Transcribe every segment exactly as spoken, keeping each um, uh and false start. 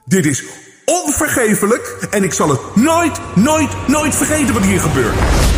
Dit is onvergeeflijk en ik zal het nooit, nooit, nooit vergeten wat hier gebeurt.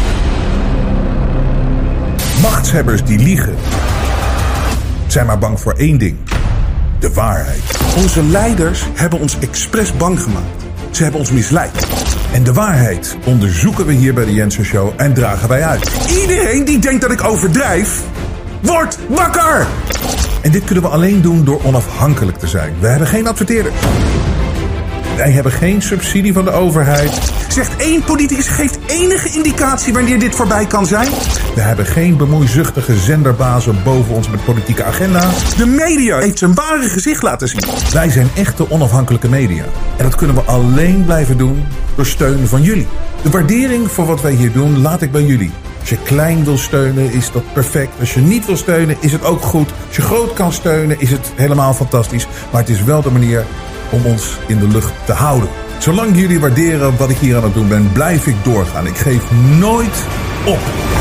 Machtshebbers die liegen zijn maar bang voor één ding: de waarheid. Onze leiders hebben ons expres bang gemaakt. Ze hebben ons misleid. En de waarheid onderzoeken we hier bij de Jensen Show en dragen wij uit. Iedereen die denkt dat ik overdrijf, wordt wakker! En dit kunnen we alleen doen door onafhankelijk te zijn. We hebben geen adverteerders. Wij hebben geen subsidie van de overheid. Zegt één politicus geeft enige indicatie wanneer dit voorbij kan zijn? We hebben geen bemoeizuchtige zenderbazen boven ons met politieke agenda's. De media heeft zijn ware gezicht laten zien. Wij zijn echte onafhankelijke media. En dat kunnen we alleen blijven doen door steun van jullie. De waardering voor wat wij hier doen laat ik bij jullie. Als je klein wil steunen is dat perfect. Als je niet wil steunen is het ook goed. Als je groot kan steunen is het helemaal fantastisch. Maar het is wel de manier om ons in de lucht te houden. Zolang jullie waarderen wat ik hier aan het doen ben, blijf ik doorgaan. Ik geef nooit op.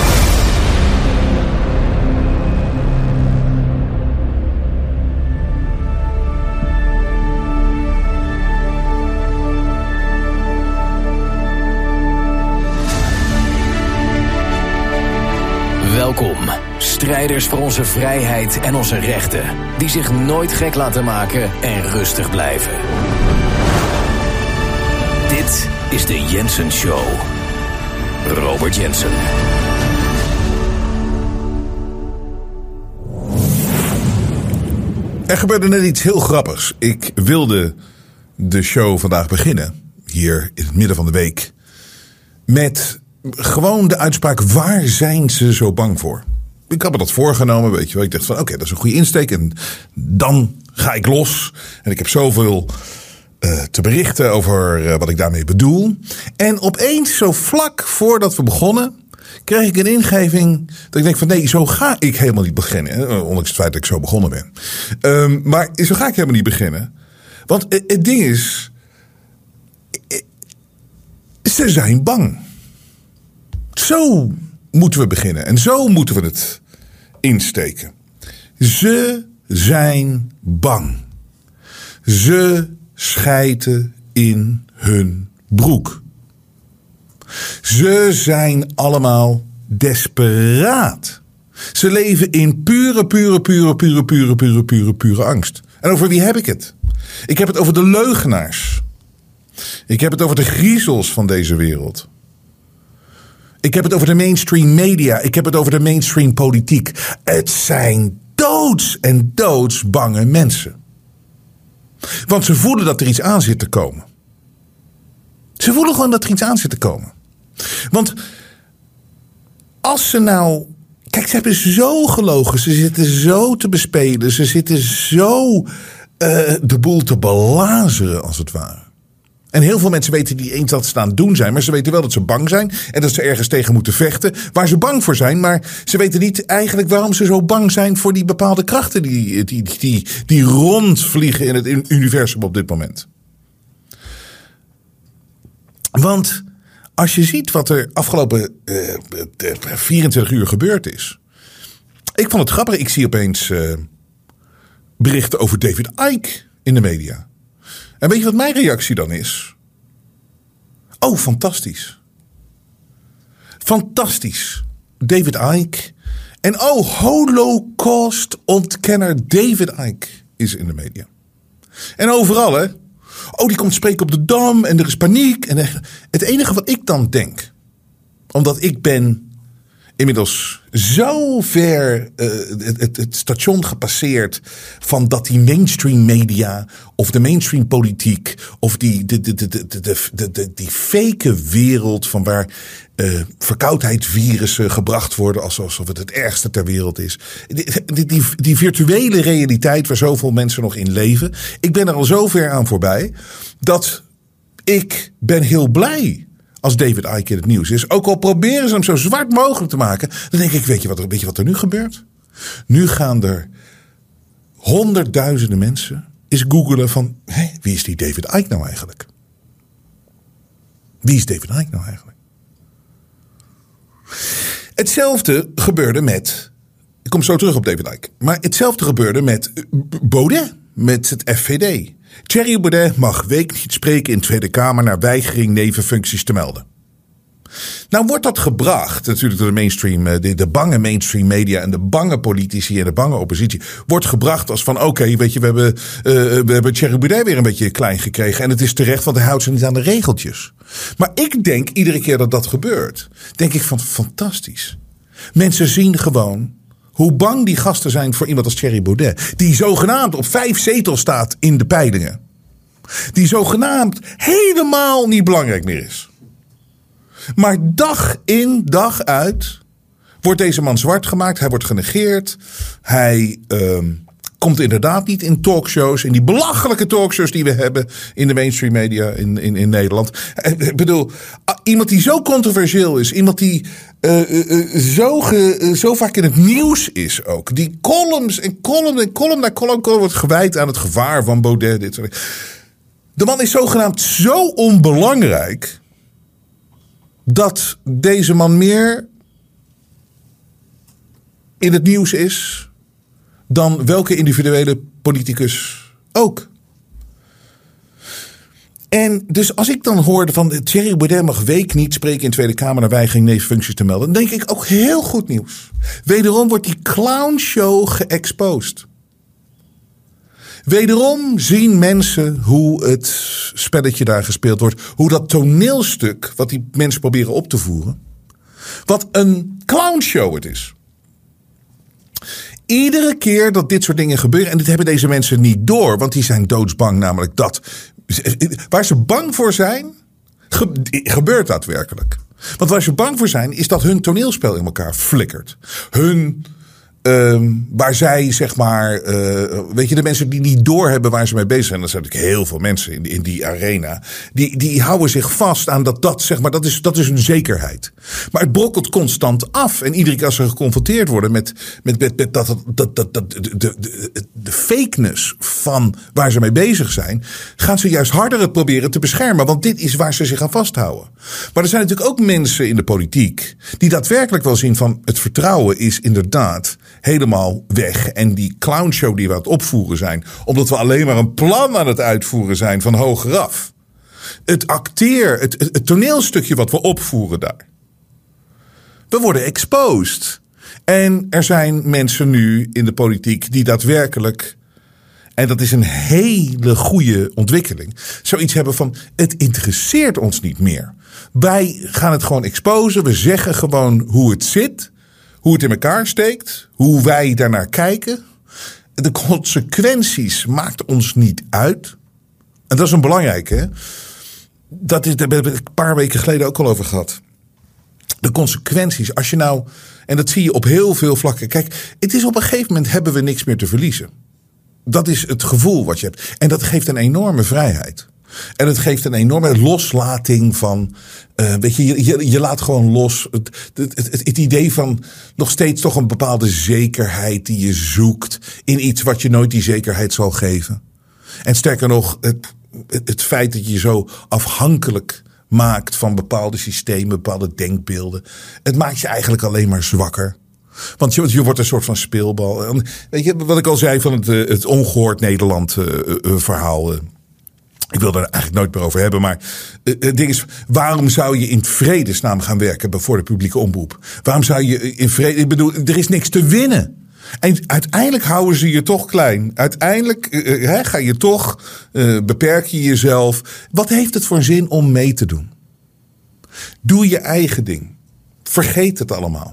Welkom, strijders voor onze vrijheid en onze rechten, die zich nooit gek laten maken en rustig blijven. Dit is de Jensen Show. Robert Jensen. Er gebeurde net iets heel grappigs. Ik wilde de show vandaag beginnen, hier in het midden van de week, met gewoon de uitspraak: waar zijn ze zo bang voor? Ik had me dat voorgenomen, weet je wel. Ik dacht van oké, okay, dat is een goede insteek en dan ga ik los. En ik heb zoveel uh, te berichten over uh, wat ik daarmee bedoel. En opeens, zo vlak voordat we begonnen, kreeg ik een ingeving dat ik denk van nee, zo ga ik helemaal niet beginnen. Ondanks het feit dat ik zo begonnen ben. Um, maar zo ga ik helemaal niet beginnen. Want uh, het ding is, uh, ze zijn bang. Zo moeten we beginnen. En zo moeten we het insteken. Ze zijn bang. Ze schijten in hun broek. Ze zijn allemaal desperaat. Ze leven in pure, pure, pure, pure, pure, pure, pure, pure angst. En over wie heb ik het? Ik heb het over de leugenaars. Ik heb het over de griezels van deze wereld. Ik heb het over de mainstream media. Ik heb het over de mainstream politiek. Het zijn doods en doodsbange mensen. Want ze voelen dat er iets aan zit te komen. Ze voelen gewoon dat er iets aan zit te komen. Want als ze nou... Kijk, ze hebben zo gelogen. Ze zitten zo te bespelen. Ze zitten zo uh, de boel te belazeren, als het ware. En heel veel mensen weten niet eens dat ze aan het doen zijn. Maar ze weten wel dat ze bang zijn. En dat ze ergens tegen moeten vechten. Waar ze bang voor zijn. Maar ze weten niet eigenlijk waarom ze zo bang zijn voor die bepaalde krachten. Die, die, die, die rondvliegen in het universum op dit moment. Want als je ziet wat er afgelopen uh, vierentwintig uur gebeurd is. Ik vond het grappig. Ik zie opeens uh, berichten over David Icke in de media. En weet je wat mijn reactie dan is? Oh, fantastisch. Fantastisch. David Icke. En oh, Holocaust-ontkenner David Icke is in de media. En overal, hè. Oh, die komt spreken op de Dam en er is paniek. En het enige wat ik dan denk, omdat ik ben inmiddels zo ver uh, het, het, het station gepasseerd van dat die mainstream media of de mainstream politiek of die, de, de, de, de, de, de, de, die fake wereld van waar uh, verkoudheidsvirussen gebracht worden alsof het het ergste ter wereld is. Die, die, die, die virtuele realiteit waar zoveel mensen nog in leven. Ik ben er al zo ver aan voorbij dat ik ben heel blij als David Icke in het nieuws is. Ook al proberen ze hem zo zwart mogelijk te maken. Dan denk ik, weet je wat er, weet je wat er nu gebeurt? Nu gaan er honderdduizenden mensen eens googelen van, hé, wie is die David Icke nou eigenlijk? Wie is David Icke nou eigenlijk? Hetzelfde gebeurde met, ik kom zo terug op David Icke. Maar hetzelfde gebeurde met Baudet. met het F V D. Thierry Baudet mag week niet spreken in Tweede Kamer naar weigering nevenfuncties te melden. Nou wordt dat gebracht, natuurlijk door de mainstream, de, de bange mainstream media en de bange politici en de bange oppositie. Wordt gebracht als van oké, okay, weet je, we hebben, uh, we hebben Thierry Baudet weer een beetje klein gekregen. En het is terecht, want hij houdt zich niet aan de regeltjes. Maar ik denk, iedere keer dat dat gebeurt, denk ik van fantastisch. Mensen zien gewoon hoe bang die gasten zijn voor iemand als Thierry Baudet. Die zogenaamd op vijf zetels staat in de peilingen. Die zogenaamd helemaal niet belangrijk meer is. Maar dag in, dag uit wordt deze man zwart gemaakt. Hij wordt genegeerd. Hij uh, komt inderdaad niet in talkshows. In die belachelijke talkshows die we hebben in de mainstream media in, in, in Nederland. Ik bedoel, iemand die zo controversieel is. Iemand die uh, uh, zo, ge, uh, zo vaak in het nieuws is ook. Die columns en column en column na column, column wordt gewijd aan het gevaar van Baudet. Dit soort. De man is zogenaamd zo onbelangrijk dat deze man meer in het nieuws is dan welke individuele politicus ook. En dus als ik dan hoorde van Thierry Baudet mag week niet spreken in Tweede Kamer naar weigering nevenfuncties te melden, dan denk ik ook heel goed nieuws. Wederom wordt die clownshow geëxposed. Wederom zien mensen hoe het spelletje daar gespeeld wordt. Hoe dat toneelstuk wat die mensen proberen op te voeren. Wat een clownshow het is. Iedere keer dat dit soort dingen gebeuren. En dit hebben deze mensen niet door. Want die zijn doodsbang namelijk dat. Waar ze bang voor zijn. Gebeurt daadwerkelijk. Want waar ze bang voor zijn is dat hun toneelspel in elkaar flikkert. Hun... Um, waar zij, zeg maar, uh, weet je, de mensen die niet doorhebben waar ze mee bezig zijn, dat zijn natuurlijk heel veel mensen in, in die arena, die, die houden zich vast aan dat, dat, zeg maar, dat is, dat is hun zekerheid. Maar het brokkelt constant af. En iedere keer als ze geconfronteerd worden met, met, met, met dat, dat, dat, dat, de, de, de, de fakeness van waar ze mee bezig zijn, gaan ze juist harder het proberen te beschermen. Want dit is waar ze zich aan vasthouden. Maar er zijn natuurlijk ook mensen in de politiek die daadwerkelijk wel zien van het vertrouwen is inderdaad helemaal weg. En die clownshow die we aan het opvoeren zijn, omdat we alleen maar een plan aan het uitvoeren zijn van hogeraf. Het acteer, het, het, het toneelstukje wat we opvoeren daar. We worden exposed. En er zijn mensen nu in de politiek die daadwerkelijk, en dat is een hele goede ontwikkeling, zoiets hebben van het interesseert ons niet meer. Wij gaan het gewoon exposen. We zeggen gewoon hoe het zit. Hoe het in elkaar steekt. Hoe wij daarnaar kijken. De consequenties maakt ons niet uit. En dat is een belangrijke. Hè? Dat is, daar hebben we een paar weken geleden ook al over gehad. De consequenties. Als je nou, en dat zie je op heel veel vlakken. Kijk, het is op een gegeven moment hebben we niks meer te verliezen. Dat is het gevoel wat je hebt. En dat geeft een enorme vrijheid. En het geeft een enorme loslating van, uh, weet je, je, je, je laat gewoon los. Het, het, het, het idee van nog steeds toch een bepaalde zekerheid die je zoekt in iets wat je nooit die zekerheid zal geven. En sterker nog, het, het, het feit dat je je zo afhankelijk maakt van bepaalde systemen, bepaalde denkbeelden. Het maakt je eigenlijk alleen maar zwakker. Want je, je wordt een soort van speelbal. Weet je, wat ik al zei van het, het ongehoord Nederland uh, uh, verhaal. Uh, Ik wil daar eigenlijk nooit meer over hebben, maar uh, het ding is, waarom zou je in vredesnaam gaan werken voor de publieke omroep? Waarom zou je in vrede, ik bedoel, er is niks te winnen. En uiteindelijk houden ze je toch klein. Uiteindelijk uh, uh, ga je toch, uh, beperk je jezelf. Wat heeft het voor zin om mee te doen? Doe je eigen ding. Vergeet het allemaal.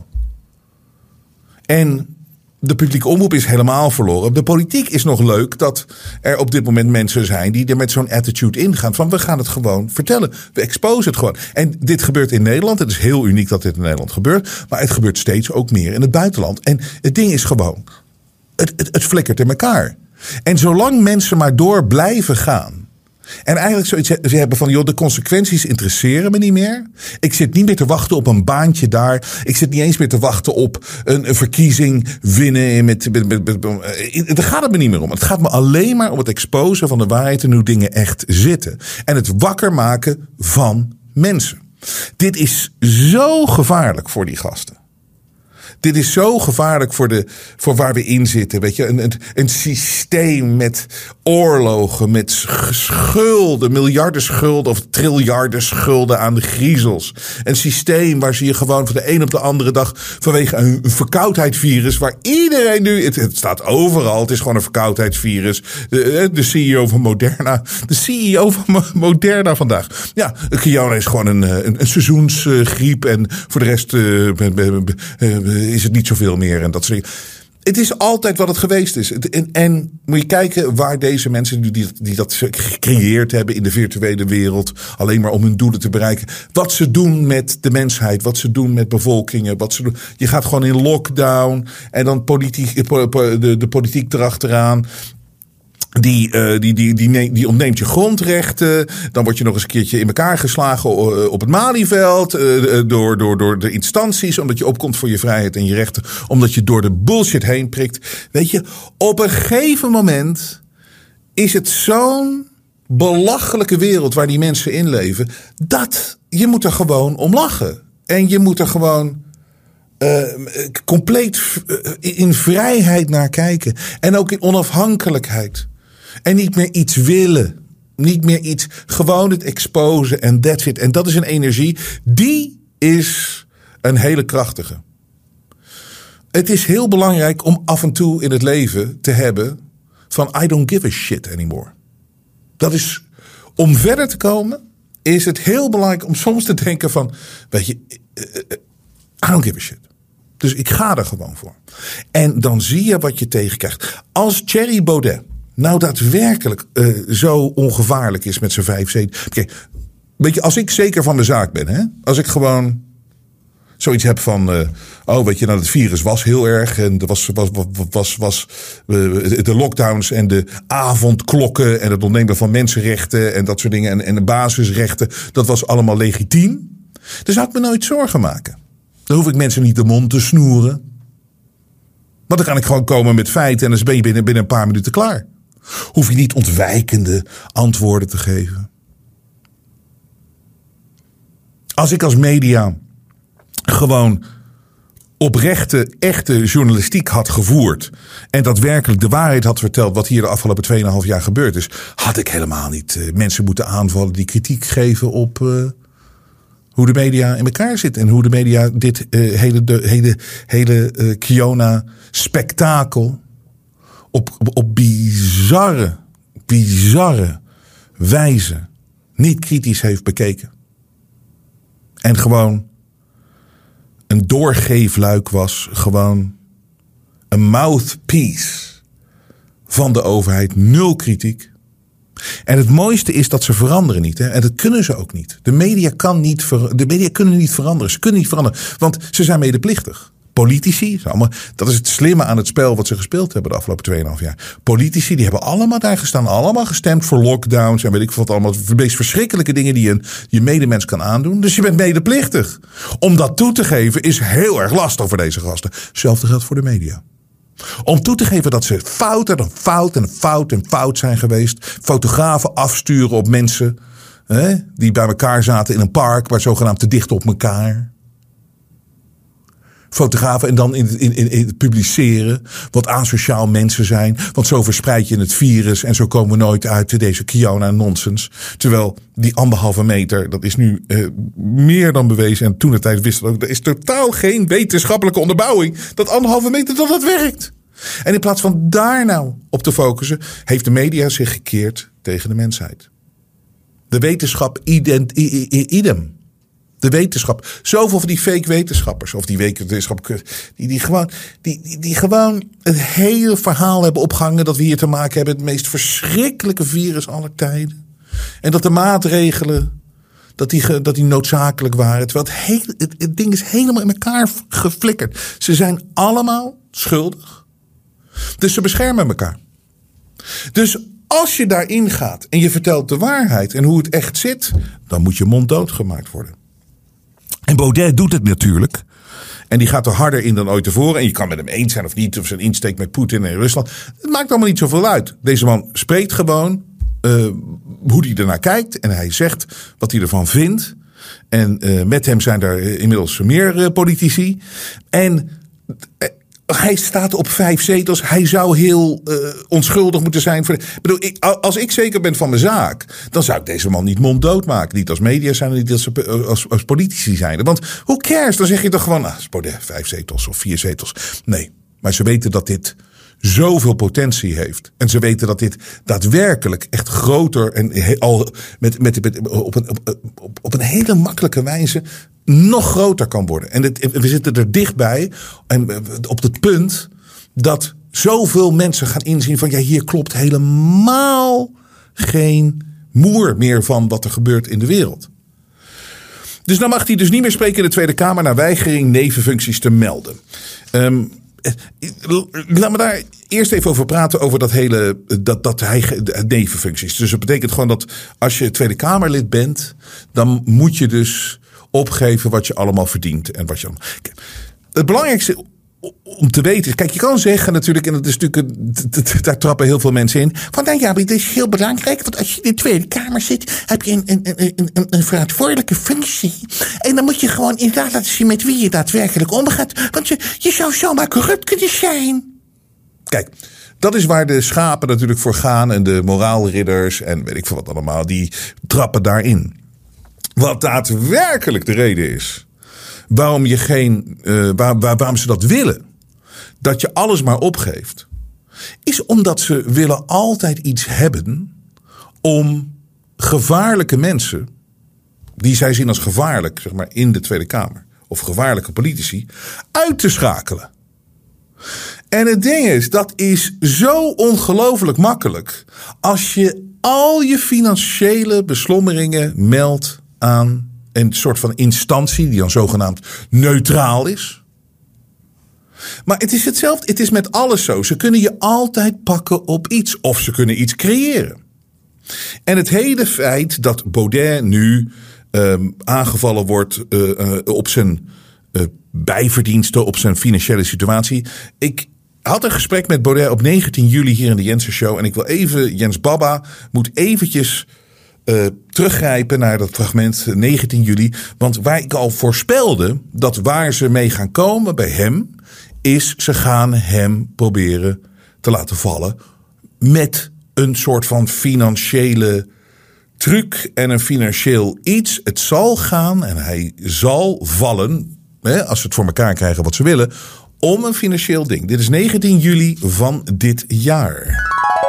En de publieke omroep is helemaal verloren. De politiek is nog leuk dat er op dit moment mensen zijn die er met zo'n attitude ingaan. Van we gaan het gewoon vertellen. We exposen het gewoon. En dit gebeurt in Nederland. Het is heel uniek dat dit in Nederland gebeurt. Maar het gebeurt steeds ook meer in het buitenland. En het ding is gewoon, het, het, het flikkert in elkaar. En zolang mensen maar door blijven gaan. En eigenlijk zoiets hebben van, joh, de consequenties interesseren me niet meer. Ik zit niet meer te wachten op een baantje daar. Ik zit niet eens meer te wachten op een, een verkiezing winnen. Met, met, met, met, met, daar gaat het me niet meer om. Het gaat me alleen maar om het exposen van de waarheid en hoe dingen echt zitten. En het wakker maken van mensen. Dit is zo gevaarlijk voor die gasten. Dit is zo gevaarlijk voor, de, voor waar we in zitten. Weet je, een, een, een systeem met oorlogen, met schulden, miljarden schulden of triljarden schulden aan de griezels. Een systeem waar ze je gewoon van de een op de andere dag vanwege een verkoudheidsvirus, waar iedereen nu, het, het staat overal, het is gewoon een verkoudheidsvirus. De, de C E O van Moderna, de C E O van Moderna vandaag. Ja, Kiona is gewoon een, een, een seizoensgriep en voor de rest uh, uh, is het niet zoveel meer en dat soort dingen. Het is altijd wat het geweest is. En, en moet je kijken waar deze mensen die, die dat gecreëerd hebben in de virtuele wereld, alleen maar om hun doelen te bereiken, wat ze doen met de mensheid, wat ze doen met bevolkingen, wat ze doen. Je gaat gewoon in lockdown en dan politiek, de, de politiek erachteraan. Die, uh, die, die, die, neemt, die ontneemt je grondrechten. Dan word je nog eens een keertje in elkaar geslagen op het Malieveld. Uh, door, door, door de instanties. Omdat je opkomt voor je vrijheid en je rechten. Omdat je door de bullshit heen prikt. Weet je, op een gegeven moment is het zo'n belachelijke wereld waar die mensen in leven. Dat je moet er gewoon om lachen. En je moet er gewoon Uh, compleet in vrijheid naar kijken. En ook in onafhankelijkheid. En niet meer iets willen. Niet meer iets, gewoon het exposen en that's it. En dat is een energie, die is een hele krachtige. Het is heel belangrijk om af en toe in het leven te hebben van I don't give a shit anymore. Dat is, om verder te komen, is het heel belangrijk om soms te denken van, weet je, I don't give a shit. Dus ik ga er gewoon voor. En dan zie je wat je tegenkrijgt. Als Thierry Baudet nou daadwerkelijk uh, zo ongevaarlijk is met zijn vijf zetels. Kijk, weet je, als ik zeker van de zaak ben, hè, als ik gewoon zoiets heb van, uh, oh, weet je, nou, het virus was heel erg en er was, was, was, was, was uh, de lockdowns en de avondklokken en het ontnemen van mensenrechten en dat soort dingen en, en de basisrechten, dat was allemaal legitiem. Dan zou ik me nooit zorgen maken. Dan hoef ik mensen niet de mond te snoeren. Want dan kan ik gewoon komen met feiten en dan ben je binnen, binnen een paar minuten klaar. Hoef je niet ontwijkende antwoorden te geven. Als ik als media gewoon oprechte, echte journalistiek had gevoerd en daadwerkelijk de waarheid had verteld wat hier de afgelopen tweeënhalf jaar gebeurd is, had ik helemaal niet uh, mensen moeten aanvallen die kritiek geven op Uh, hoe de media in elkaar zit en hoe de media dit uh, hele, de, hele, hele uh, Kiona-spektakel op, op, op bizarre, bizarre wijze niet kritisch heeft bekeken. En gewoon een doorgeefluik was, gewoon een mouthpiece van de overheid, nul kritiek. En het mooiste is dat ze veranderen niet. Hè? En dat kunnen ze ook niet. De media, kan niet ver, de media kunnen niet veranderen. Ze kunnen niet veranderen. Want ze zijn medeplichtig. Politici, allemaal, dat is het slimme aan het spel wat ze gespeeld hebben de afgelopen tweeënhalf jaar. Politici die hebben allemaal daar gestaan. Allemaal gestemd voor lockdowns. En weet ik wat allemaal. De meest verschrikkelijke dingen die je je medemens kan aandoen. Dus je bent medeplichtig. Om dat toe te geven is heel erg lastig voor deze gasten. Hetzelfde geldt voor de media. Om toe te geven dat ze fout en fout en fout en fout zijn geweest. Fotografen afsturen op mensen hè, die bij elkaar zaten in een park, maar zogenaamd te dicht op elkaar. Fotografen en dan in, in, in, in het publiceren wat asociaal mensen zijn. Want zo verspreid je het virus en zo komen we nooit uit deze Kiona-nonsens. Terwijl die anderhalve meter, dat is nu uh, meer dan bewezen. En toen de tijd wist het ook, er is totaal geen wetenschappelijke onderbouwing dat anderhalve meter dat dat werkt. En in plaats van daar nou op te focussen, heeft de media zich gekeerd tegen de mensheid. De wetenschap ident, idem. De wetenschap. Zoveel van die fake wetenschappers. Of die wetenschappers. Die, die, gewoon, die, die, die gewoon het hele verhaal hebben opgehangen. Dat we hier te maken hebben met het meest verschrikkelijke virus aller tijden. En dat de maatregelen. Dat die, dat die noodzakelijk waren. Terwijl het, hele, het, het ding is helemaal in elkaar geflikkerd. Ze zijn allemaal schuldig. Dus ze beschermen elkaar. Dus als je daarin gaat. En je vertelt de waarheid. En hoe het echt zit. Dan moet je mond doodgemaakt worden. En Baudet doet het natuurlijk. En die gaat er harder in dan ooit tevoren. En je kan met hem eens zijn of niet. Of zijn insteek met Poetin en Rusland. Het maakt allemaal niet zoveel uit. Deze man spreekt gewoon uh, hoe hij ernaar kijkt. En hij zegt wat hij ervan vindt. En uh, met hem zijn er inmiddels meer uh, politici. En Hij staat op vijf zetels. Hij zou heel uh, onschuldig moeten zijn. Voor de, ik bedoel, ik, als ik zeker ben van mijn zaak, dan zou ik deze man niet monddood maken. Niet als media zijn, niet als, als, als politici zijn. Want who cares? Dan zeg je toch gewoon, ah, Baudet, vijf zetels of vier zetels. Nee, maar ze weten dat dit zoveel potentie heeft. En ze weten dat dit daadwerkelijk echt groter en he, al met, met, met, op, een, op, op, op een hele makkelijke wijze nog groter kan worden. En het, we zitten er dichtbij en op het punt dat zoveel mensen gaan inzien van ja, hier klopt helemaal geen moer meer van wat er gebeurt in de wereld. Dus dan mag hij dus niet meer spreken in de Tweede Kamer naar weigering nevenfuncties te melden. Um, Laat me daar eerst even over praten, over dat hele, dat, dat hij, nevenfuncties. Dus dat betekent gewoon dat als je Tweede Kamerlid bent, dan moet je dus opgeven wat je allemaal verdient. En wat je allemaal... Het belangrijkste om te weten is, kijk, je kan zeggen natuurlijk, en dat is natuurlijk, daar trappen heel veel mensen in, van nou ja, dit is heel belangrijk, want als je in de Tweede Kamer zit, heb je een, een, een, een, een verantwoordelijke functie. En dan moet je gewoon inderdaad laten zien met wie je daadwerkelijk omgaat, want je, je zou zomaar corrupt kunnen zijn. Kijk, dat is waar de schapen natuurlijk voor gaan en de moraalridders en weet ik veel wat allemaal, die trappen daarin. Wat daadwerkelijk de reden is waarom je geen, uh, waar, waar, waarom ze dat willen, dat je alles maar opgeeft, is omdat ze willen altijd iets hebben om gevaarlijke mensen, die zij zien als gevaarlijk, zeg maar, in de Tweede Kamer, of gevaarlijke politici, uit te schakelen. En het ding is, dat is zo ongelooflijk makkelijk als je al je financiële beslommeringen meldt aan een soort van instantie die dan zogenaamd neutraal is. Maar het is hetzelfde. Het is met alles zo. Ze kunnen je altijd pakken op iets. Of ze kunnen iets creëren. En het hele feit dat Baudet nu um, aangevallen wordt uh, uh, op zijn uh, bijverdiensten, op zijn financiële situatie. Ik had een gesprek met Baudet op negentien juli hier in de Jensen Show. En ik wil even, Jens Baba moet eventjes Uh, teruggrijpen naar dat fragment negentien juli. Want waar ik al voorspelde dat waar ze mee gaan komen bij hem, is ze gaan hem proberen te laten vallen met een soort van financiële truc en een financieel iets. Het zal gaan en hij zal vallen, hè, als ze het voor elkaar krijgen wat ze willen, om een financieel ding. Dit is negentien juli van dit jaar.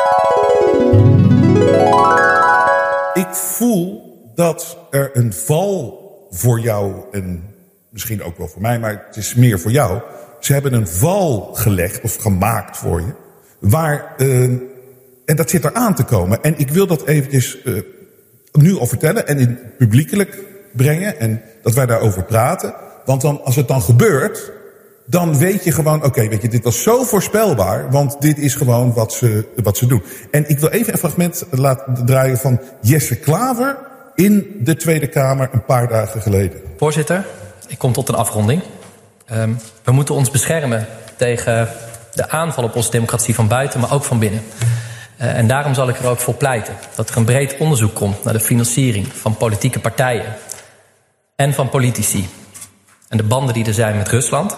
Ik voel dat er een val voor jou, en misschien ook wel voor mij, maar het is meer voor jou. Ze hebben een val gelegd of gemaakt voor je. Waar, uh, en dat zit er aan te komen. En ik wil dat eventjes uh, nu al vertellen en in publiekelijk brengen. En dat wij daarover praten. Want dan, als het dan gebeurt, dan weet je gewoon, oké, okay, weet je, dit was zo voorspelbaar, want dit is gewoon wat ze, wat ze doen. En ik wil even een fragment laten draaien van Jesse Klaver in de Tweede Kamer een paar dagen geleden. Voorzitter, ik kom tot een afronding. Um, we moeten ons beschermen tegen de aanval op onze democratie van buiten, maar ook van binnen. Uh, en daarom zal ik er ook voor pleiten dat er een breed onderzoek komt naar de financiering van politieke partijen en van politici en de banden die er zijn met Rusland.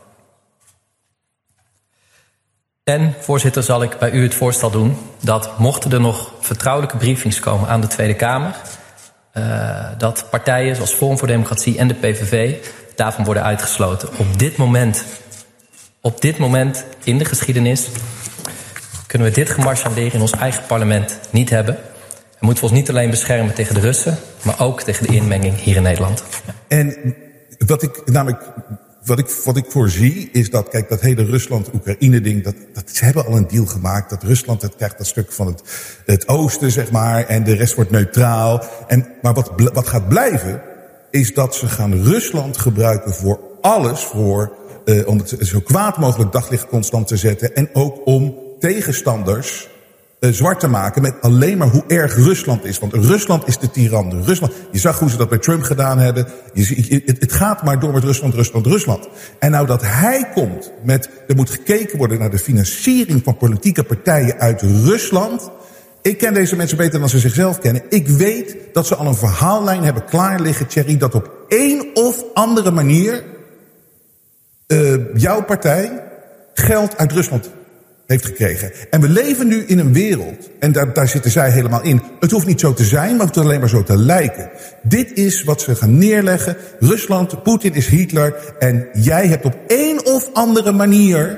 En, voorzitter, zal ik bij u het voorstel doen dat mochten er nog vertrouwelijke briefings komen aan de Tweede Kamer, uh, dat partijen zoals Forum voor Democratie en de P V V daarvan worden uitgesloten. Op dit moment, op dit moment in de geschiedenis kunnen we dit gemarchandeer in ons eigen parlement niet hebben. We moeten ons niet alleen beschermen tegen de Russen, maar ook tegen de inmenging hier in Nederland. En wat ik namelijk... Wat ik, wat ik voorzie is dat, kijk, dat hele Rusland-Oekraïne-ding, dat, dat, ze hebben al een deal gemaakt. Dat Rusland, dat krijgt dat stuk van het, het oosten, zeg maar, en de rest wordt neutraal. En, maar wat, wat gaat blijven, is dat ze gaan Rusland gebruiken voor alles, voor, uh, om het zo kwaad mogelijk daglicht constant te zetten. En ook om tegenstanders Uh, zwart te maken met alleen maar hoe erg Rusland is. Want Rusland is de tiran. Rusland, je zag hoe ze dat bij Trump gedaan hebben. Je, het, het gaat maar door met Rusland, Rusland, Rusland. En nou dat hij komt met, er moet gekeken worden naar de financiering van politieke partijen uit Rusland. Ik ken deze mensen beter dan ze zichzelf kennen. Ik weet dat ze al een verhaallijn hebben klaar liggen, Thierry, dat op één of andere manier uh, jouw partij geld uit Rusland heeft gekregen. En we leven nu in een wereld, en daar, daar zitten zij helemaal in. Het hoeft niet zo te zijn, maar het hoeft alleen maar zo te lijken. Dit is wat ze gaan neerleggen. Rusland, Poetin is Hitler. En jij hebt op een of andere manier,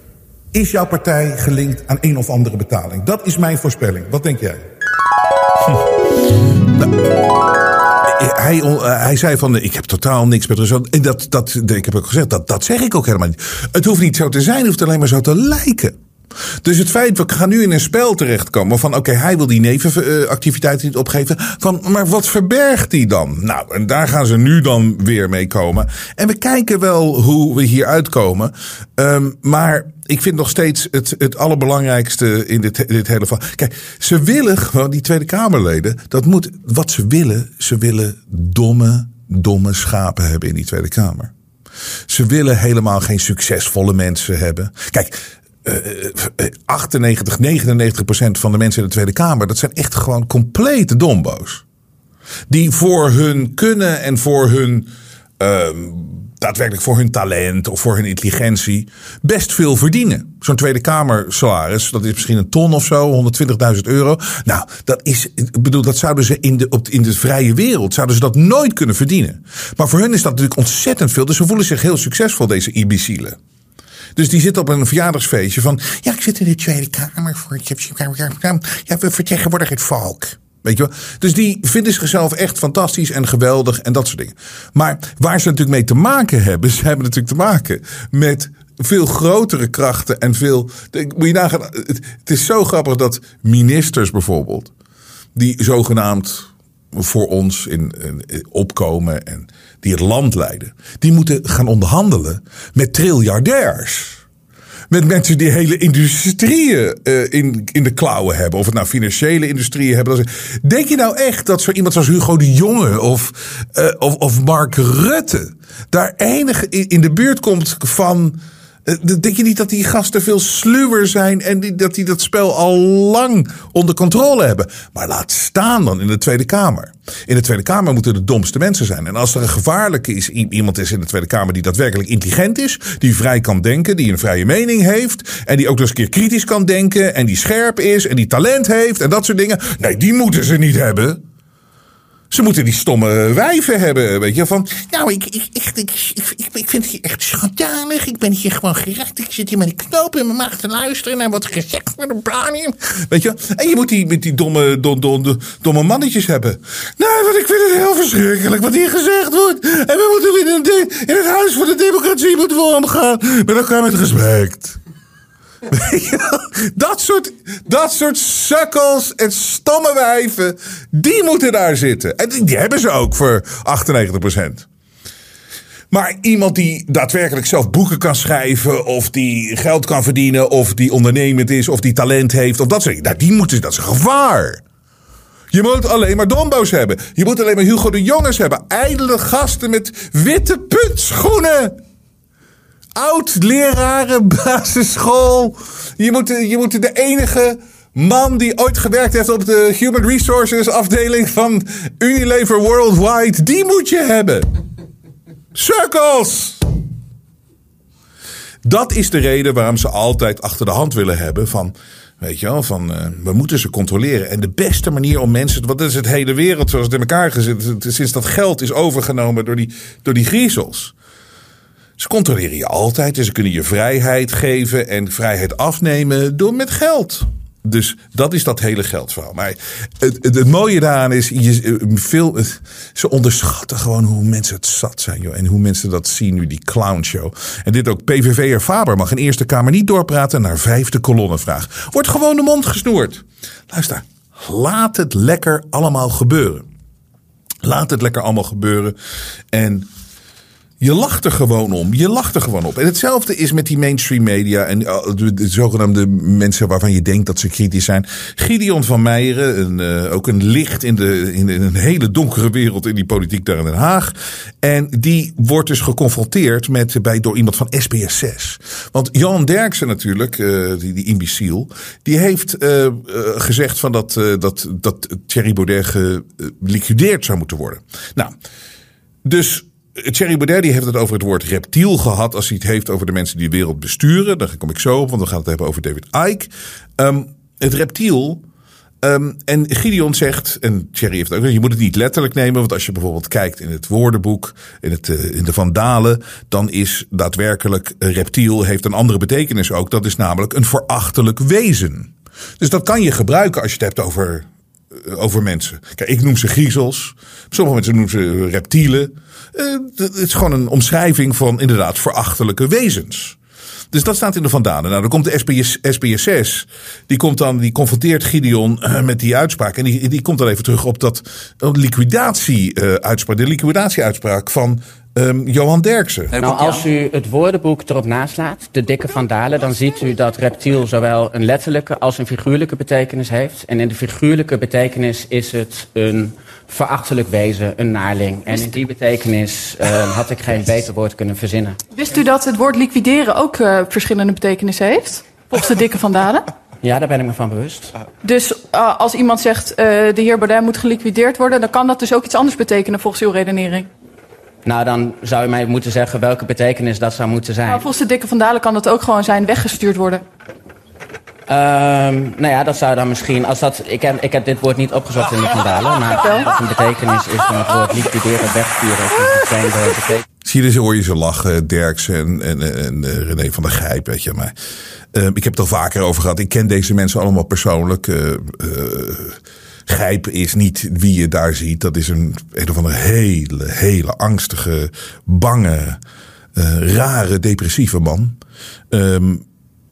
is jouw partij gelinkt aan een of andere betaling. Dat is mijn voorspelling. Wat denk jij? Hm. Nou, Hij, uh, hij zei van, ik heb totaal niks met Rusland. En dat, dat, ik heb ook gezegd, dat, dat zeg ik ook helemaal niet. Het hoeft niet zo te zijn, het hoeft alleen maar zo te lijken. Dus het feit, we gaan nu in een spel terechtkomen van, oké, okay, hij wil die nevenactiviteiten niet opgeven. Van, maar wat verbergt hij dan? Nou, en daar gaan ze nu dan weer mee komen. En we kijken wel hoe we hier uitkomen. Um, maar ik vind nog steeds het, het allerbelangrijkste in dit, dit hele verhaal. Kijk, ze willen gewoon, die Tweede Kamerleden, dat moet, wat ze willen, ze willen domme, domme schapen hebben in die Tweede Kamer. Ze willen helemaal geen succesvolle mensen hebben. Kijk, Uh, achtennegentig, negenennegentig procent van de mensen in de Tweede Kamer, dat zijn echt gewoon complete dombo's. Die voor hun kunnen en voor hun, uh, daadwerkelijk voor hun talent of voor hun intelligentie best veel verdienen. Zo'n Tweede Kamer salaris, dat is misschien een ton of zo, honderdtwintigduizend euro. Nou, dat is, ik bedoel, dat zouden ze in de, op, in de vrije wereld, zouden ze dat nooit kunnen verdienen. Maar voor hun is dat natuurlijk ontzettend veel, dus ze voelen zich heel succesvol, deze imbecielen. Dus die zit op een verjaardagsfeestje van, ja, ik zit in de Tweede Kamer voor, ja, we vertegenwoordigen het volk. Weet je wel? Dus die vinden zichzelf echt fantastisch en geweldig en dat soort dingen. Maar waar ze natuurlijk mee te maken hebben, ze hebben natuurlijk te maken met veel grotere krachten en veel, moet je nagaan, het, het is zo grappig dat ministers bijvoorbeeld, die zogenaamd voor ons in, in opkomen en die het land leiden, die moeten gaan onderhandelen met triljardairs. Met mensen die hele industrieën uh, in, in de klauwen hebben. Of het nou financiële industrieën hebben. Denk je nou echt dat zo iemand zoals Hugo de Jonge of, uh, of, of Mark Rutte daar enige in, in de buurt komt van, denk je niet dat die gasten veel sluwer zijn en die, dat die dat spel al lang onder controle hebben? Maar laat staan dan in de Tweede Kamer. In de Tweede Kamer moeten de domste mensen zijn. En als er een gevaarlijke is, iemand is in de Tweede Kamer die daadwerkelijk intelligent is, die vrij kan denken, die een vrije mening heeft en die ook nog eens een keer kritisch kan denken en die scherp is en die talent heeft en dat soort dingen. Nee, die moeten ze niet hebben. Ze moeten die stomme wijven hebben, weet je, van, nou, ik, ik, ik, ik, ik, ik vind het hier echt schandalig. Ik ben hier gewoon geraakt. Ik zit hier met een knoop in mijn maag te luisteren naar wat gezegd wordt op Branium. Weet je, en je moet die met die domme, domme, domme, domme mannetjes hebben. Nou, want ik vind het heel verschrikkelijk wat hier gezegd wordt. En we moeten in, de, in het huis voor de democratie moeten we omgaan met elkaar met respect. Dat soort, dat soort sukkels en stomme wijven, die moeten daar zitten. En die, die hebben ze ook voor achtennegentig procent. Maar iemand die daadwerkelijk zelf boeken kan schrijven, of die geld kan verdienen, of die ondernemend is, of die talent heeft, of dat soort dingen, die moeten, dat is een gevaar. Je moet alleen maar dombo's hebben. Je moet alleen maar Hugo de Jonges hebben. Ijdele gasten met witte puntschoenen. Oud-leraren, basisschool. Je moet, je moet de enige man die ooit gewerkt heeft op de Human Resources afdeling van Unilever Worldwide, die moet je hebben. Sukkels! Dat is de reden waarom ze altijd achter de hand willen hebben van, weet je wel, van uh, we moeten ze controleren. En de beste manier om mensen, want dat is het hele wereld zoals het in elkaar gezet, sinds dat geld is overgenomen door die, door die griezels. Ze controleren je altijd en ze kunnen je vrijheid geven en vrijheid afnemen door met geld. Dus dat is dat hele geldverhaal. Maar het, het, het mooie daaraan is, je, veel, ze onderschatten gewoon hoe mensen het zat zijn. Joh, en hoe mensen dat zien nu, die clownshow. En dit ook, P V V'er Faber mag in Eerste Kamer niet doorpraten naar vijfde kolonnenvraag. Wordt gewoon de mond gesnoerd. Luister, laat het lekker allemaal gebeuren. Laat het lekker allemaal gebeuren. En je lacht er gewoon om. Je lacht er gewoon op. En hetzelfde is met die mainstream media en de, de zogenaamde mensen waarvan je denkt dat ze kritisch zijn. Gideon van Meijeren, een, uh, ook een licht in, de, in een hele donkere wereld in die politiek daar in Den Haag. En die wordt dus geconfronteerd met, bij, door iemand van S B S zes. Want Johan Derksen natuurlijk, uh, die, die imbeciel, die heeft uh, uh, gezegd van dat, uh, dat, dat Thierry Baudet geliquideerd zou moeten worden. Nou, dus Thierry Baudet die heeft het over het woord reptiel gehad als hij het heeft over de mensen die de wereld besturen. Daar kom ik zo op, want we gaan het hebben over David Icke. Um, het reptiel... Um, en Gideon zegt, en Thierry heeft ook, je moet het niet letterlijk nemen, want als je bijvoorbeeld kijkt in het woordenboek, in, het, uh, in de Vandalen, dan is daadwerkelijk uh, reptiel heeft een andere betekenis ook. Dat is namelijk een verachtelijk wezen. Dus dat kan je gebruiken als je het hebt over, uh, over mensen. Kijk, ik noem ze griezels, sommige mensen noemen ze reptielen. Uh, het is gewoon een omschrijving van inderdaad verachtelijke wezens. Dus dat staat in de Vandalen. Nou, dan komt de S P S S. Die komt dan, die confronteert Gideon uh, met die uitspraak. En die, die komt dan even terug op dat uh, liquidatie-uitspraak. Uh, de liquidatie-uitspraak van um, Johan Derksen. Nou, als u het woordenboek erop naslaat, de dikke Vandalen, dan ziet u dat reptiel zowel een letterlijke als een figuurlijke betekenis heeft. En in de figuurlijke betekenis is het een verachtelijk wezen, een naarling. En in die betekenis uh, had ik geen beter woord kunnen verzinnen. Wist u dat het woord liquideren ook uh, verschillende betekenissen heeft? Volgens de dikke Vandalen? Ja, daar ben ik me van bewust. Dus uh, als iemand zegt, uh, de heer Baudet moet geliquideerd worden, dan kan dat dus ook iets anders betekenen volgens uw redenering? Nou, dan zou u mij moeten zeggen welke betekenis dat zou moeten zijn. Nou, volgens de dikke Vandalen kan dat ook gewoon zijn weggestuurd worden. Um, nou ja, dat zou dan misschien, als dat, ik heb, ik heb dit woord niet opgezocht in de Vandalen, maar wat een betekenis is van het woord liquideren, wegsturen, of een vreemde betekenis. Zie je, dus hoor je ze lachen, Derksen en, en, en uh, René van der Gijp, weet je. Maar uh, ik heb het al vaker over gehad. Ik ken deze mensen allemaal persoonlijk. Uh, uh, Gijp is niet wie je daar ziet. Dat is een, een of andere hele, hele angstige, bange, uh, rare, depressieve man. Um,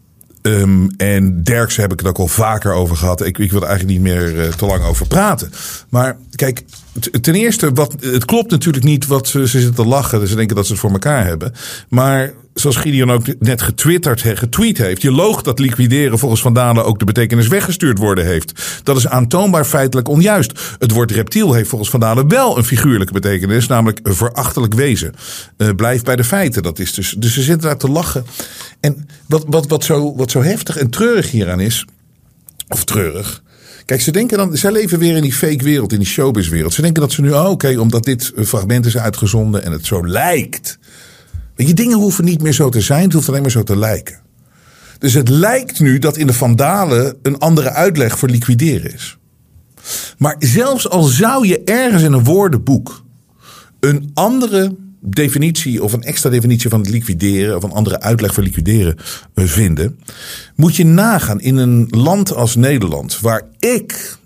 Um, en Derksen heb ik het ook al vaker over gehad. Ik, ik wil er eigenlijk niet meer uh, te lang over praten. Maar kijk, t- ten eerste, wat, het klopt natuurlijk niet wat ze, ze zitten te lachen. Ze denken dat ze het voor elkaar hebben. Maar zoals Gideon ook net getwitterd, he, getweet heeft. Je loog dat liquideren volgens Vandalen ook de betekenis weggestuurd worden heeft. Dat is aantoonbaar feitelijk onjuist. Het woord reptiel heeft volgens Vandalen wel een figuurlijke betekenis. Namelijk een verachtelijk wezen. Uh, blijf bij de feiten. Dat is dus, dus ze zitten daar te lachen. En wat, wat, wat, zo, wat zo heftig en treurig hieraan is. Of treurig. Kijk, ze denken dan, zij leven weer in die fake wereld, in die showbiz-wereld. Ze denken dat ze nu, oh, oké, okay, omdat dit fragment is uitgezonden en het zo lijkt. Weet je, dingen hoeven niet meer zo te zijn, het hoeft alleen maar zo te lijken. Dus het lijkt nu dat in de Vandalen een andere uitleg voor liquideren is. Maar zelfs al zou je ergens in een woordenboek een andere definitie of een extra definitie van het liquideren of een andere uitleg voor liquideren vinden, moet je nagaan in een land als Nederland, waar ik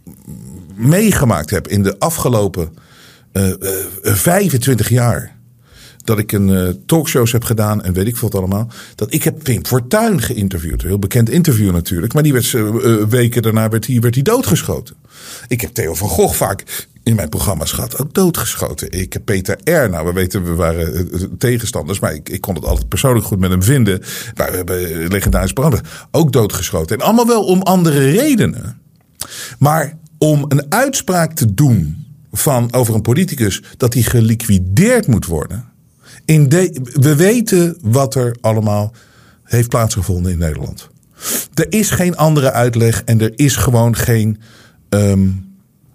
meegemaakt heb in de afgelopen uh, uh, vijfentwintig jaar dat ik een uh, talkshows heb gedaan en weet ik veel wat allemaal. Dat ik heb Pim Fortuyn geïnterviewd. Een heel bekend interview natuurlijk. Maar die werd uh, uh, weken daarna werd hij werd hij doodgeschoten. Ik heb Theo van Gogh vaak in mijn programma's gehad. Ook doodgeschoten. Ik heb Peter R. Nou, we weten, we waren uh, tegenstanders. Maar ik, ik kon het altijd persoonlijk goed met hem vinden. Maar we hebben legendarische programma's. Ook doodgeschoten. En allemaal wel om andere redenen. Maar om een uitspraak te doen van over een politicus dat hij geliquideerd moet worden. In de, we weten wat er allemaal heeft plaatsgevonden in Nederland. Er is geen andere uitleg en er is gewoon geen. Um,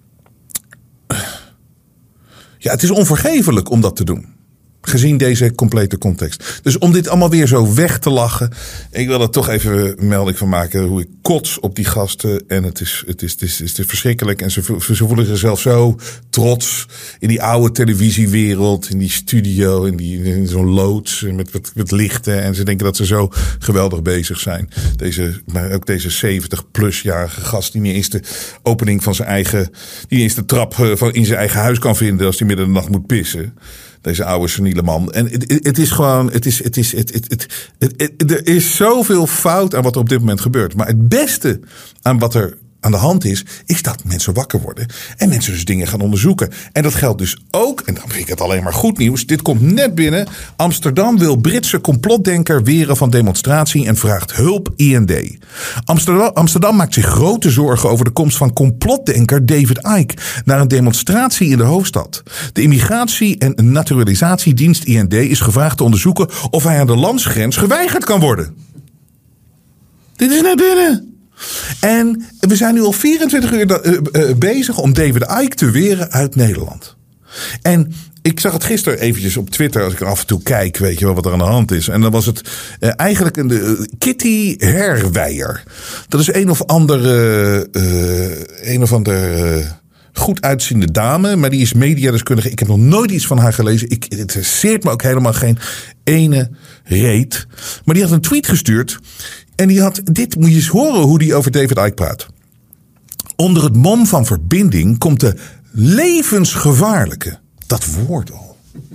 ja, het is onvergevelijk om dat te doen. Gezien deze complete context. Dus om dit allemaal weer zo weg te lachen. Ik wil er toch even melding van maken. Hoe ik kots op die gasten. En het is, het is, het is, het is verschrikkelijk. En ze, ze voelen zichzelf zo trots. In die oude televisiewereld. In die studio. In, die, in zo'n loods. Met, met, met lichten. En ze denken dat ze zo geweldig bezig zijn. Deze, maar ook deze zeventig-plus-jarige gast. Die niet eens de opening van zijn eigen. Die niet eens de trap van in zijn eigen huis kan vinden. Als hij midden in de nacht moet pissen. Deze oude seniele man. En het, het is gewoon, het is, het is, het, het, het, het, het, er is zoveel fout aan wat er op dit moment gebeurt. Maar het beste aan wat er aan de hand is, is dat mensen wakker worden. En mensen dus dingen gaan onderzoeken. En dat geldt dus ook, en dan vind ik het alleen maar goed nieuws. Dit komt net binnen. Amsterdam wil Britse complotdenker weren van demonstratie en vraagt hulp I N D. Amsterdam, Amsterdam maakt zich grote zorgen over de komst van complotdenker David Icke naar een demonstratie in de hoofdstad. De Immigratie- en Naturalisatiedienst I N D is gevraagd te onderzoeken of hij aan de landsgrens geweigerd kan worden. Dit is net binnen. En we zijn nu al vierentwintig uur uh, uh, bezig om David Icke te weren uit Nederland. En ik zag het gisteren eventjes op Twitter, als ik er af en toe kijk, weet je wel wat er aan de hand is. En dan was het uh, eigenlijk een uh, Kitty Herwijer. Dat is een of andere, uh, een of andere uh, goed uitziende dame, maar die is mediadeskundige. Ik heb nog nooit iets van haar gelezen. Ik, het interesseert me ook helemaal geen ene reet. Maar die had een tweet gestuurd en die had, dit moet je eens horen hoe die over David Icke praat. Onder het mom van verbinding komt de levensgevaarlijke, dat woord al,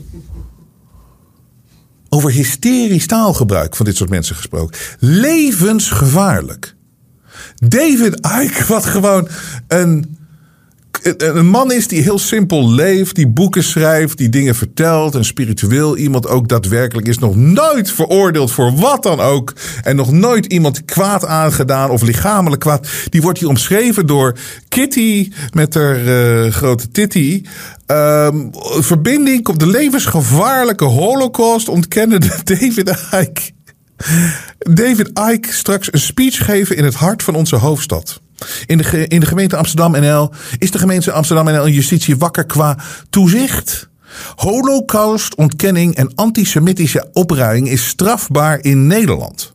over hysterisch taalgebruik van dit soort mensen gesproken. Levensgevaarlijk. David Icke, wat gewoon een, een man is die heel simpel leeft, die boeken schrijft, die dingen vertelt, een spiritueel iemand ook daadwerkelijk is, nog nooit veroordeeld voor wat dan ook en nog nooit iemand kwaad aangedaan of lichamelijk kwaad. Die wordt hier omschreven door Kitty met haar uh, grote titty. Um, verbinding op de levensgevaarlijke holocaust ontkennende David Icke. David Icke straks een speech geven in het hart van onze hoofdstad. In de, ge- in de gemeente Amsterdam N L is de gemeente Amsterdam N L justitie wakker qua toezicht. Holocaust, ontkenning en antisemitische opruiing is strafbaar in Nederland.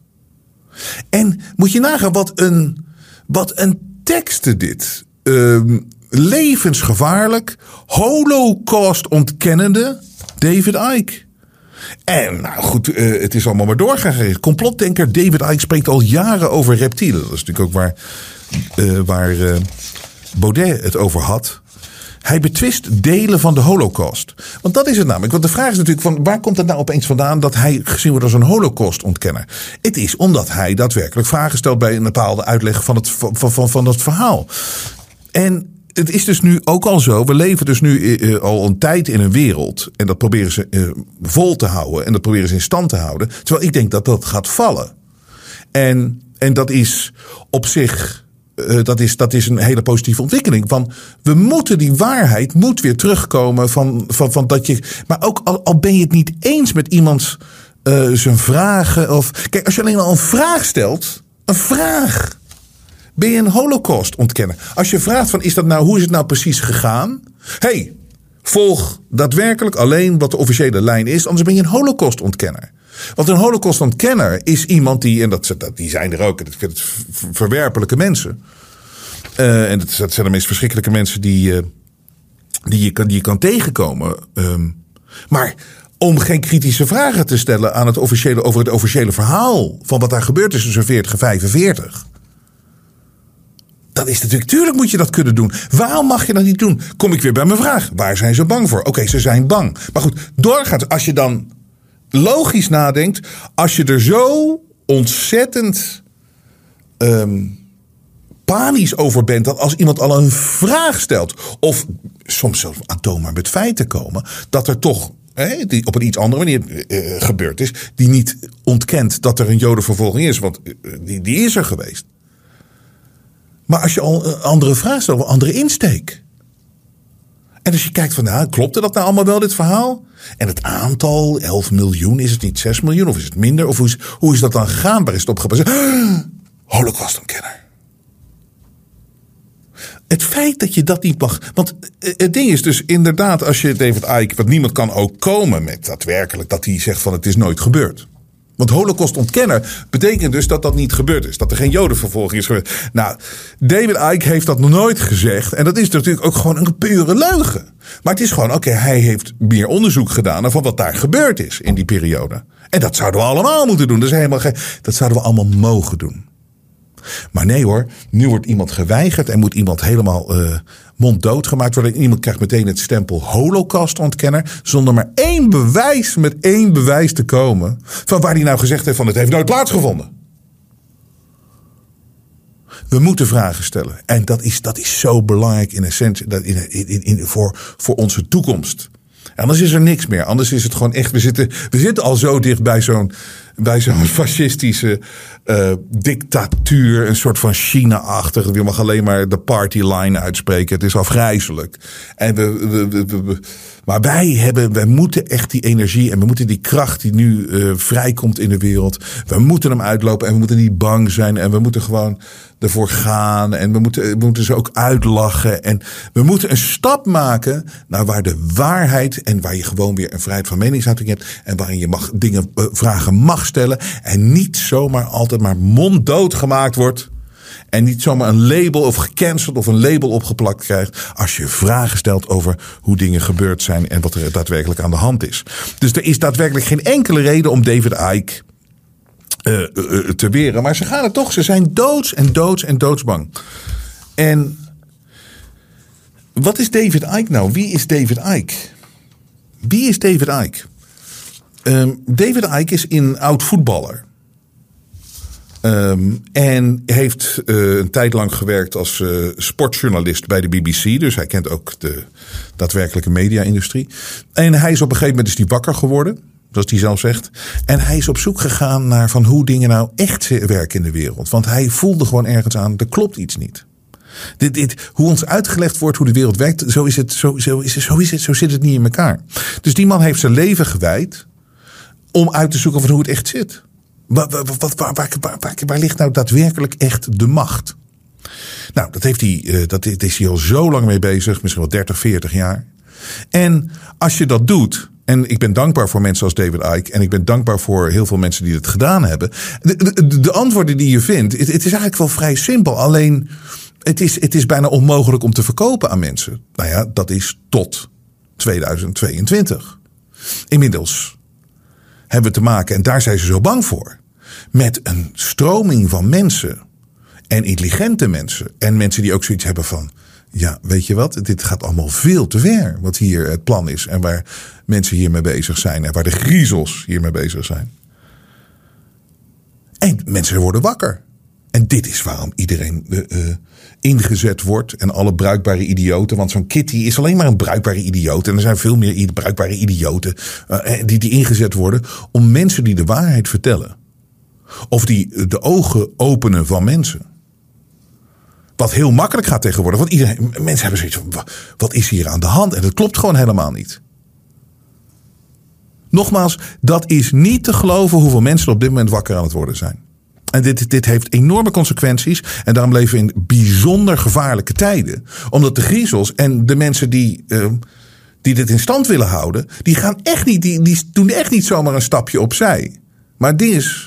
En moet je nagaan wat een, wat een teksten dit. Um, levensgevaarlijk, holocaust ontkennende David Icke. En nou goed, uh, het is allemaal maar doorgegaan. Complotdenker David Icke spreekt al jaren over reptielen. Dat is natuurlijk ook waar, uh, waar uh, Baudet het over had. Hij betwist delen van de holocaust. Want dat is het namelijk. Want de vraag is natuurlijk van waar komt het nou opeens vandaan dat hij gezien wordt als een holocaustontkenner? Het is omdat hij daadwerkelijk vragen stelt bij een bepaalde uitleg van het, van, van, van het verhaal. En het is dus nu ook al zo. We leven dus nu uh, al een tijd in een wereld. En dat proberen ze uh, vol te houden. En dat proberen ze in stand te houden. Terwijl ik denk dat dat gaat vallen. En, en dat is op zich. Uh, dat, is, dat is een hele positieve ontwikkeling. Van we moeten die waarheid moet weer terugkomen. Van, van, van dat je, maar ook al, al ben je het niet eens met iemands uh, zijn vragen. Of, kijk, als je alleen al een vraag stelt. Een vraag. Ben je een holocaust ontkennen? Als je vraagt van is dat nou, hoe is het nou precies gegaan? Hey, volg daadwerkelijk alleen wat de officiële lijn is. Anders ben je een holocaust ontkenner. Want een holocaust ontkenner is iemand die, en dat, dat, die zijn er ook, ik vind het verwerpelijke mensen. Uh, en dat, dat zijn de meest verschrikkelijke mensen die, uh, die, je, kan, die je kan tegenkomen. Um, maar om geen kritische vragen te stellen aan het officiële, over het officiële verhaal van wat daar gebeurd is tussen veertig en vijfenveertig. Dat is natuurlijk, tuurlijk moet je dat kunnen doen. Waarom mag je dat niet doen? Kom ik weer bij mijn vraag. Waar zijn ze bang voor? Oké, okay, ze zijn bang. Maar goed, doorgaat. Als je dan logisch nadenkt. Als je er zo ontzettend um, panisch over bent. Dat als iemand al een vraag stelt. Of soms zelfs atomen met feiten komen. Dat er toch hè, die op een iets andere manier uh, gebeurd is. Die niet ontkent dat er een jodenvervolging is. Want uh, die, die is er geweest. Maar als je al een andere vraag stelt, een andere insteek. En als je kijkt van, nou, klopte dat nou allemaal wel, dit verhaal? En het aantal, elf miljoen, is het niet zes miljoen? Of is het minder? Of hoe is, hoe is dat dan gegaan? Waar is het op gebaseerd? Holocaustontkenner. Het feit dat je dat niet mag. Want het ding is dus inderdaad, als je David Icke, want niemand kan ook komen met daadwerkelijk dat hij zegt van het is nooit gebeurd. Want holocaustontkenner betekent dus dat dat niet gebeurd is. Dat er geen jodenvervolging is gebeurd. Nou, David Icke heeft dat nog nooit gezegd. En dat is natuurlijk ook gewoon een pure leugen. Maar het is gewoon, oké, okay, hij heeft meer onderzoek gedaan naar van wat daar gebeurd is in die periode. En dat zouden we allemaal moeten doen. Dat is helemaal geen, dat zouden we allemaal mogen doen. Maar nee hoor, nu wordt iemand geweigerd en moet iemand helemaal uh, monddood gemaakt worden. En iemand krijgt meteen het stempel holocaustontkenner. Zonder maar één bewijs, met één bewijs te komen. Van waar hij nou gezegd heeft van het heeft nooit plaatsgevonden. We moeten vragen stellen. En dat is, dat is zo belangrijk in essentie dat in, in, in, voor, voor onze toekomst. Anders is er niks meer. Anders is het gewoon echt, we zitten, we zitten al zo dicht bij zo'n, bij zo'n fascistische uh, dictatuur, een soort van China-achtig. Je mag alleen maar de partyline uitspreken. Het is afgrijzelijk. En we, we, we, we, we, maar wij hebben, wij moeten echt die energie en we moeten die kracht die nu uh, vrijkomt in de wereld. We moeten hem uitlopen en we moeten niet bang zijn en we moeten gewoon ervoor gaan en we moeten, we moeten ze ook uitlachen en we moeten een stap maken naar waar de waarheid en waar je gewoon weer een vrijheid van meningsuiting hebt en waarin je mag dingen, uh, vragen mag stellen en niet zomaar altijd maar monddood gemaakt wordt en niet zomaar een label of gecanceld of een label opgeplakt krijgt als je vragen stelt over hoe dingen gebeurd zijn en wat er daadwerkelijk aan de hand is. Dus er is daadwerkelijk geen enkele reden om David Icke Uh, uh, te weren. Maar ze gaan het toch. Ze zijn doods en doods en doodsbang. En wat is David Icke nou? Wie is David Icke? Wie is David Icke? Um, David Icke is een oud voetballer. Um, en heeft uh, een tijd lang gewerkt als uh, sportjournalist bij de B B C. Dus hij kent ook de daadwerkelijke media-industrie. En hij is op een gegeven moment is die wakker geworden. Zoals hij zelf zegt. En hij is op zoek gegaan naar van hoe dingen nou echt werken in de wereld. Want hij voelde gewoon ergens aan, er klopt iets niet. Dit, dit, hoe ons uitgelegd wordt hoe de wereld werkt, zo is het, zo, zo is het, zo is het, zo zit het niet in elkaar. Dus die man heeft zijn leven gewijd om uit te zoeken van hoe het echt zit. Waar, waar, waar, waar, waar, waar, waar ligt nou daadwerkelijk echt de macht? Nou, dat heeft hij, uh, dat is hij al zo lang mee bezig, misschien wel dertig, veertig jaar. En als je dat doet. En ik ben dankbaar voor mensen als David Icke. En ik ben dankbaar voor heel veel mensen die het gedaan hebben. De, de, de antwoorden die je vindt, het, het is eigenlijk wel vrij simpel. Alleen, het is, het is bijna onmogelijk om te verkopen aan mensen. Nou ja, dat is tot tweeduizend tweeëntwintig. Inmiddels hebben we te maken, en daar zijn ze zo bang voor, met een stroming van mensen. En intelligente mensen. En mensen die ook zoiets hebben van, ja, weet je wat? Dit gaat allemaal veel te ver. Wat hier het plan is. En waar mensen hiermee bezig zijn. En waar de griezels hiermee bezig zijn. En mensen worden wakker. En dit is waarom iedereen uh, uh, ingezet wordt. En alle bruikbare idioten. Want zo'n Kitty is alleen maar een bruikbare idioot. En er zijn veel meer bruikbare idioten. Uh, die, die ingezet worden. Om mensen die de waarheid vertellen. Of die de ogen openen van mensen. Wat heel makkelijk gaat tegenwoordig. Want iedereen, mensen hebben zoiets van, wat is hier aan de hand? En dat klopt gewoon helemaal niet. Nogmaals, dat is niet te geloven hoeveel mensen er op dit moment wakker aan het worden zijn. En dit, dit heeft enorme consequenties. En daarom leven we in bijzonder gevaarlijke tijden. Omdat de griezels en de mensen die, uh, die dit in stand willen houden, die gaan echt niet, die, die doen echt niet zomaar een stapje opzij. Maar dit is.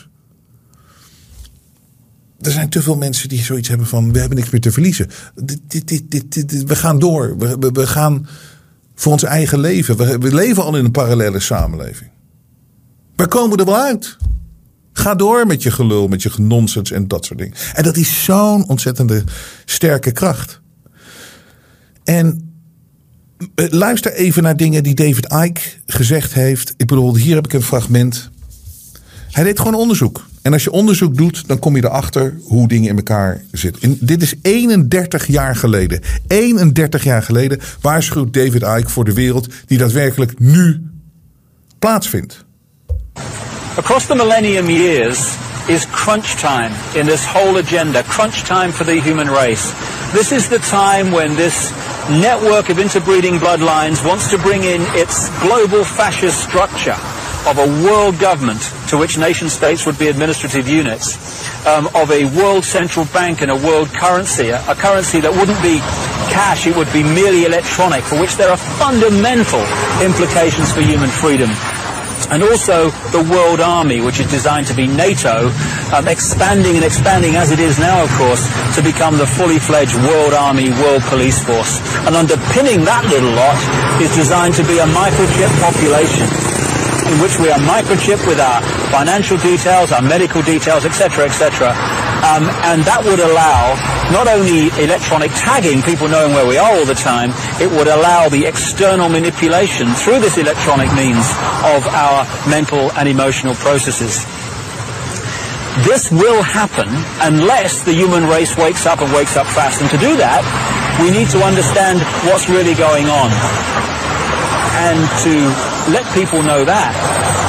Er zijn te veel mensen die zoiets hebben van, we hebben niks meer te verliezen. Dit, dit, dit, dit, dit, we gaan door. We, we, we gaan voor ons eigen leven. We, we leven al in een parallele samenleving. We komen er wel uit. Ga door met je gelul, met je genonsens en dat soort dingen. En dat is zo'n ontzettende sterke kracht. En luister even naar dingen die David Icke gezegd heeft. Ik bedoel, hier heb ik een fragment. Hij deed gewoon onderzoek. En als je onderzoek doet, dan kom je erachter hoe dingen in elkaar zitten. En dit is eenendertig jaar geleden. eenendertig jaar geleden waarschuwt David Icke voor de wereld die daadwerkelijk nu plaatsvindt. Across the millennium years is crunch time in this whole agenda. Crunch time for the human race. This is the time when this network of interbreeding bloodlines wants to bring in its global fascist structure of a world government to which nation states would be administrative units, um, of a world central bank and a world currency, a, a currency that wouldn't be cash, it would be merely electronic, for which there are fundamental implications for human freedom. And also the world army, which is designed to be NATO, um, expanding and expanding as it is now, of course, to become the fully fledged world army, world police force. And underpinning that little lot is designed to be a microchip population, in which we are microchipped with our financial details, our medical details, et cetera, et cetera. Um, and that would allow not only electronic tagging, people knowing where we are all the time, it would allow the external manipulation through this electronic means of our mental and emotional processes. This will happen unless the human race wakes up and wakes up fast. And to do that, we need to understand what's really going on. And to let people know that,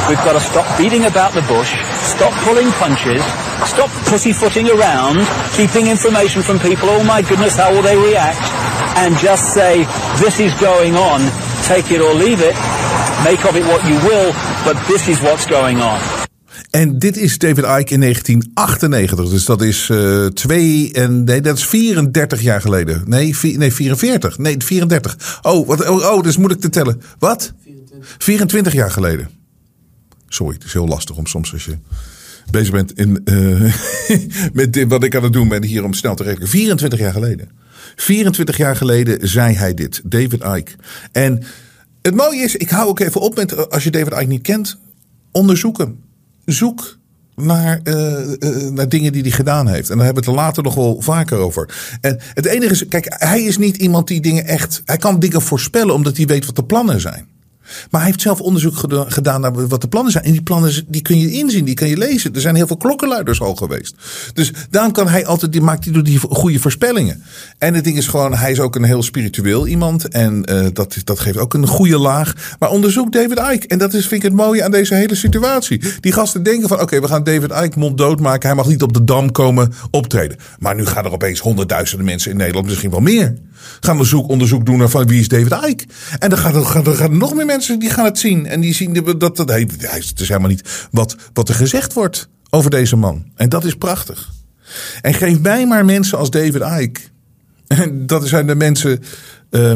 We've got to stop beating about the bush, stop pulling punches, stop pussyfooting around, keeping information from people, oh my goodness, how will they react, and just say, this is going on, take it or leave it, make of it what you will, but this is what's going on. En dit is David Icke in negentien achtennegentig. Dus dat is uh, twee en nee, dat is vierendertig jaar geleden. Nee, vier, nee vierenveertig. Nee, vierendertig. Oh, wat, oh, oh, dus moet ik te tellen. Wat? vierentwintig. vierentwintig jaar geleden. Sorry, het is heel lastig om soms als je bezig bent in, uh, met dit, wat ik aan het doen ben hier om snel te rekenen. vierentwintig jaar geleden. vierentwintig jaar geleden zei hij dit, David Icke. En het mooie is, ik hou ook even op met, als je David Icke niet kent, onderzoek hem. Zoek naar, uh, uh, naar dingen die hij gedaan heeft. En daar hebben we het er later nog wel vaker over. En het enige is, kijk, hij is niet iemand die dingen echt, hij kan dingen voorspellen omdat hij weet wat de plannen zijn. Maar hij heeft zelf onderzoek gedaan naar wat de plannen zijn. En die plannen die kun je inzien, die kun je lezen. Er zijn heel veel klokkenluiders al geweest. Dus daarom kan hij altijd, die maakt hij door die goede voorspellingen. En het ding is gewoon, hij is ook een heel spiritueel iemand. En uh, dat, dat geeft ook een goede laag. Maar onderzoek David Icke. En dat is, vind ik het mooie aan deze hele situatie. Die gasten denken van, oké, okay, we gaan David Icke monddood maken. Hij mag niet op de Dam komen optreden. Maar nu gaan er opeens honderdduizenden mensen in Nederland, misschien wel meer, gaan onderzoek, onderzoek doen naar van wie is David Icke. En dan gaan er, gaan er, gaan er nog meer mensen die gaan het zien. En die zien dat, dat, dat hij, hij is dus helemaal niet wat, wat er gezegd wordt over deze man. En dat is prachtig. En geef mij maar mensen als David Icke. En dat zijn de mensen uh,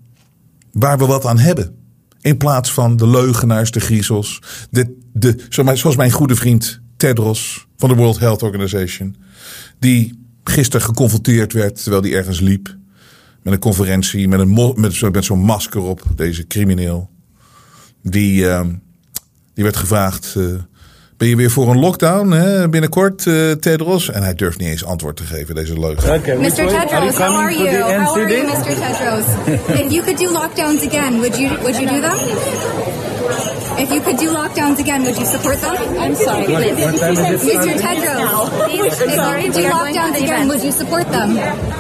waar we wat aan hebben. In plaats van de leugenaars, de griezels. De, de, zoals mijn goede vriend Tedros van de World Health Organization. Die gisteren geconfronteerd werd terwijl hij ergens liep. Met een conferentie, met, een mo- met, met zo'n masker op, deze crimineel. Die, uh, die werd gevraagd, uh, ben je weer voor een lockdown hè, binnenkort, uh, Tedros? En hij durft niet eens antwoord te geven, deze leugen. Okay, mister Tedros, how are you? How are you, mister Tedros? If you could do lockdowns again, would you, would you do them? If you could do lockdowns again, would you support them? I'm sorry. mister Tedros, if you could do lockdowns again, would you support them?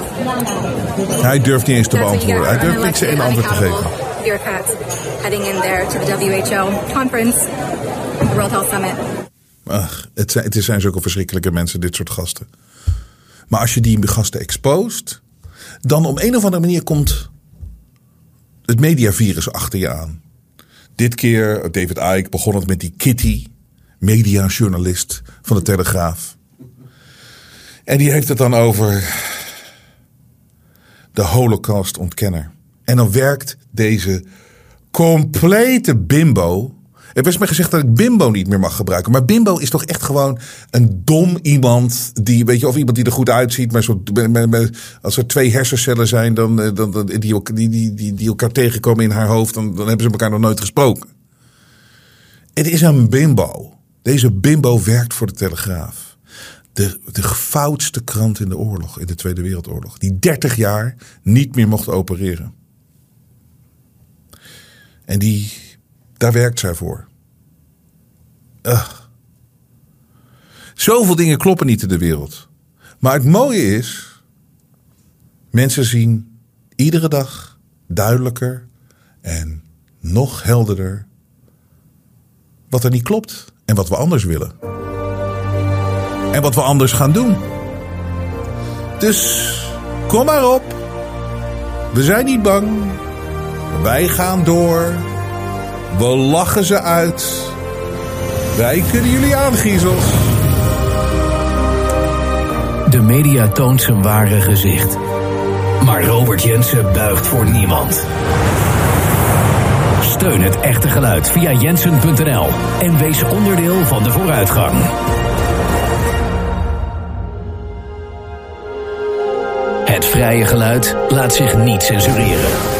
Hij durft niet eens te beantwoorden. Hij durft niks in antwoord te geven. Bureaucrats heading in there to the W H O conference, the World Health Summit. Ach, het zijn, het zijn zulke verschrikkelijke mensen, dit soort gasten. Maar als je die gasten expost, dan op een of andere manier komt het mediavirus achter je aan. Dit keer, David Icke, begon het met die Kitty, mediajournalist van de Telegraaf. En die heeft het dan over de Holocaust-ontkenner. En dan werkt deze complete bimbo. Er werd mij gezegd dat ik bimbo niet meer mag gebruiken. Maar bimbo is toch echt gewoon een dom iemand. Die, weet je, of iemand die er goed uitziet. Maar zo, met, met, als er twee hersencellen zijn dan, dan, dan, die, die, die, die, die elkaar tegenkomen in haar hoofd. Dan, dan hebben ze elkaar nog nooit gesproken. Het is een bimbo. Deze bimbo werkt voor de Telegraaf. De, de foutste krant in de oorlog, in de Tweede Wereldoorlog. Die dertig jaar niet meer mocht opereren. En die, daar werkt zij voor. Ugh. Zoveel dingen kloppen niet in de wereld. Maar het mooie is, mensen zien iedere dag duidelijker en nog helderder wat er niet klopt en wat we anders willen. En wat we anders gaan doen. Dus kom maar op. We zijn niet bang. Wij gaan door. We lachen ze uit. Wij kunnen jullie aan, griezels. De media toont zijn ware gezicht. Maar Robert Jensen buigt voor niemand. Steun het echte geluid via jensen punt n l en wees onderdeel van de vooruitgang. Het vrije geluid laat zich niet censureren.